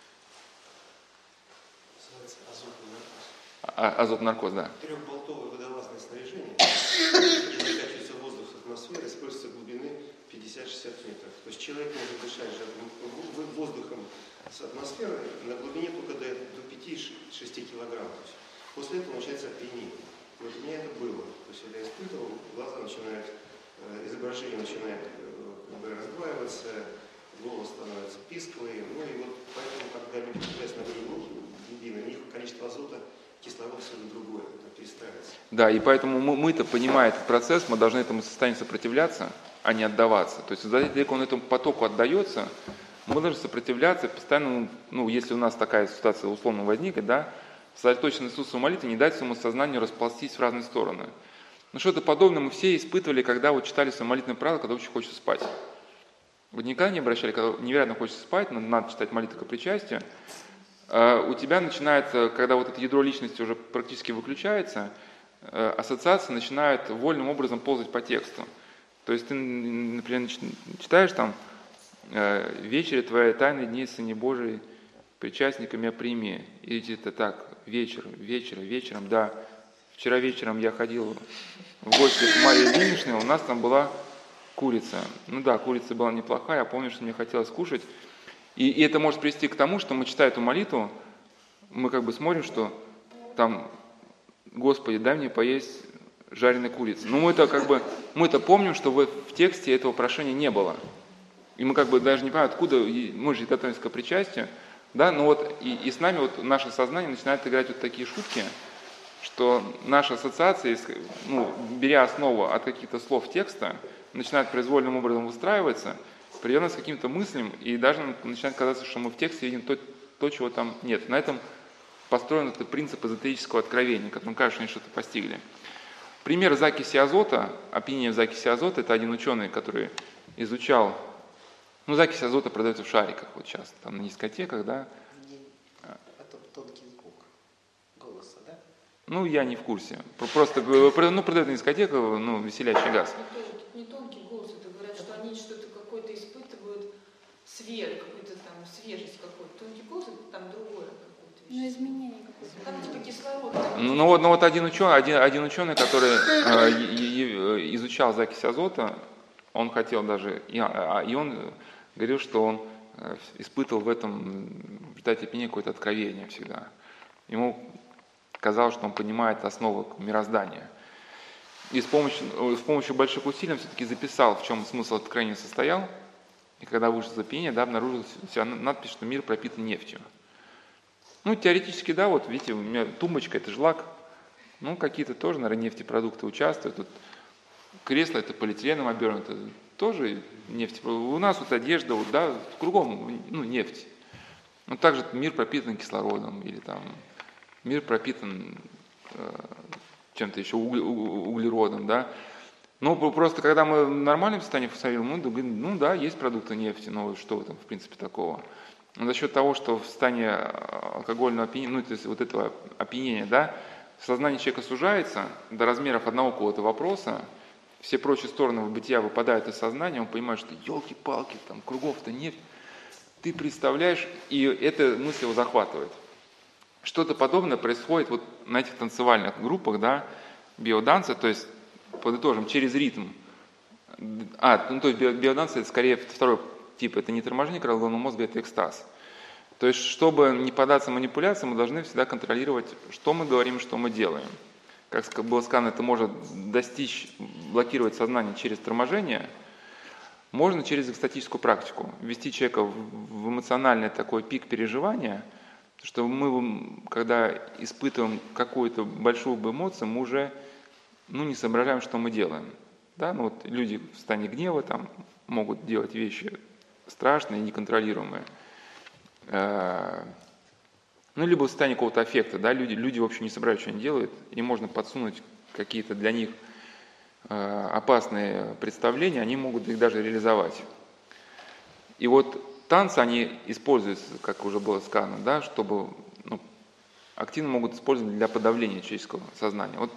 Азотный наркоз, да. Трехболтовое водолазное снаряжение, накачивается воздух с атмосферы, используется глубины 50-60 метров. То есть человек может дышать воздухом с атмосферы на глубине только до 5-6 килограмм. После этого начинается опьянение. Вот у меня это было. То есть я испытывал, глаза начинают, изображение начинает раздваиваться, голос становится писклый. Поэтому, когда люди появляются на глубине, у них количество азота, кислорода совершенно другое, это перестраивается. Да, и поэтому мы-то, понимая этот процесс, мы должны этому состоянию сопротивляться, а не отдаваться. То есть, если он этому потоку отдается, мы должны сопротивляться постоянно, если у нас такая ситуация условно возникнет, да, сосредоточенность Иисуса молитвы, не дать своему сознанию расползтись в разные стороны. Что-то подобное мы все испытывали, когда читали свое молитвенное правило, когда очень хочется спать. Вы никогда не обращали, когда невероятно хочется спать, надо читать молитву ко причастию, у тебя начинается, когда это ядро личности уже практически выключается, ассоциации начинают вольным образом ползать по тексту. То есть ты, например, читаешь «Вечере твоей тайны дни Сыне Божий, причастником я прими». И это так, вечером, да. Вчера вечером я ходил в гости к Марии Ильиничне, у нас там была курица. Курица была неплохая, я помню, что мне хотелось кушать. И это может привести к тому, что мы, читая эту молитву, мы смотрим, что там, Господи, дай мне поесть жареной курицы. Мы это помним, что в тексте этого прошения не было. И мы даже не понимаем, откуда, мы же готовимся к причастию, да, и с нами наше сознание начинает играть такие шутки, что наши ассоциации, беря основу от каких-то слов текста, начинают произвольным образом выстраиваться, приведет нас к каким-то мыслям, и даже начинает казаться, что мы в тексте видим то, чего там нет. На этом построен этот принцип эзотерического откровения, которым кажется, что они что-то постигли. Пример закиси азота, опьянение в закиси азота, это один ученый, который изучал, закись азота продается в шариках сейчас, на дискотеках, да. Это тонкий звук голоса, да? Я не в курсе. Просто продают на дискотеках, веселящий газ. Не тонкий голос, это говорят, что они что-то какое-то испытывают, какую-то свежесть какой-то. Тонкий голос, это там другое какое-то вещество. Изменение какое-то. Там кислород. Один ученый, который изучал закись азота, он хотел даже, и он говорил, что он испытывал в этом в результате опьянения какое-то откровение всегда. Ему казалось, что он понимает основы мироздания. И с помощью больших усилий он все-таки записал, в чем смысл откровения состоял. И когда вышел из опьянения, обнаружил у себя надпись, что мир пропитан нефтью. Теоретически, да, видите, у меня тумбочка, это же лак. Ну, какие-то тоже, наверное, нефтепродукты участвуют. Тут кресло это полиэтиленом обернуто, тоже нефть. У нас вот одежда, вот, да, кругом нефть. Ну, также мир пропитан кислородом, или там мир пропитан чем-то еще, углеродом, да. Ну, просто когда мы в нормальном состоянии функционируем, мы говорим, ну да, есть продукты нефти, но что в этом, в принципе, такого. Но за счет того, что в состоянии алкогольного опьянения, то есть вот этого опьянения, да, сознание человека сужается до размеров одного какого-то вопроса, все прочие стороны бытия выпадают из сознания, он понимает, что елки-палки, там кругов-то нефть. Ты представляешь, и эта мысль его захватывает. Что-то подобное происходит вот на этих танцевальных группах, да, биоданса, то есть, подытожим, через ритм. То есть биоданс это скорее второй тип, это не торможение коры головного мозга, это экстаз. То есть, чтобы не поддаться манипуляциям, мы должны всегда контролировать, что мы говорим, что мы делаем. Как было сказано, это может блокировать сознание через торможение, можно через экстатическую практику ввести человека в эмоциональный такой пик переживания, что мы, когда испытываем какую-то большую эмоцию, мы уже не соображаем, что мы делаем. Да? Ну, вот люди в состоянии гнева там, могут делать вещи страшные, неконтролируемые. Либо в состоянии какого-то аффекта. Да? Люди вообще не соображают, что они делают, и можно подсунуть какие-то для них опасные представления, они могут их даже реализовать. И вот танцы, они используются, как уже было сказано, да, чтобы активно могут использовать для подавления человеческого сознания. Вот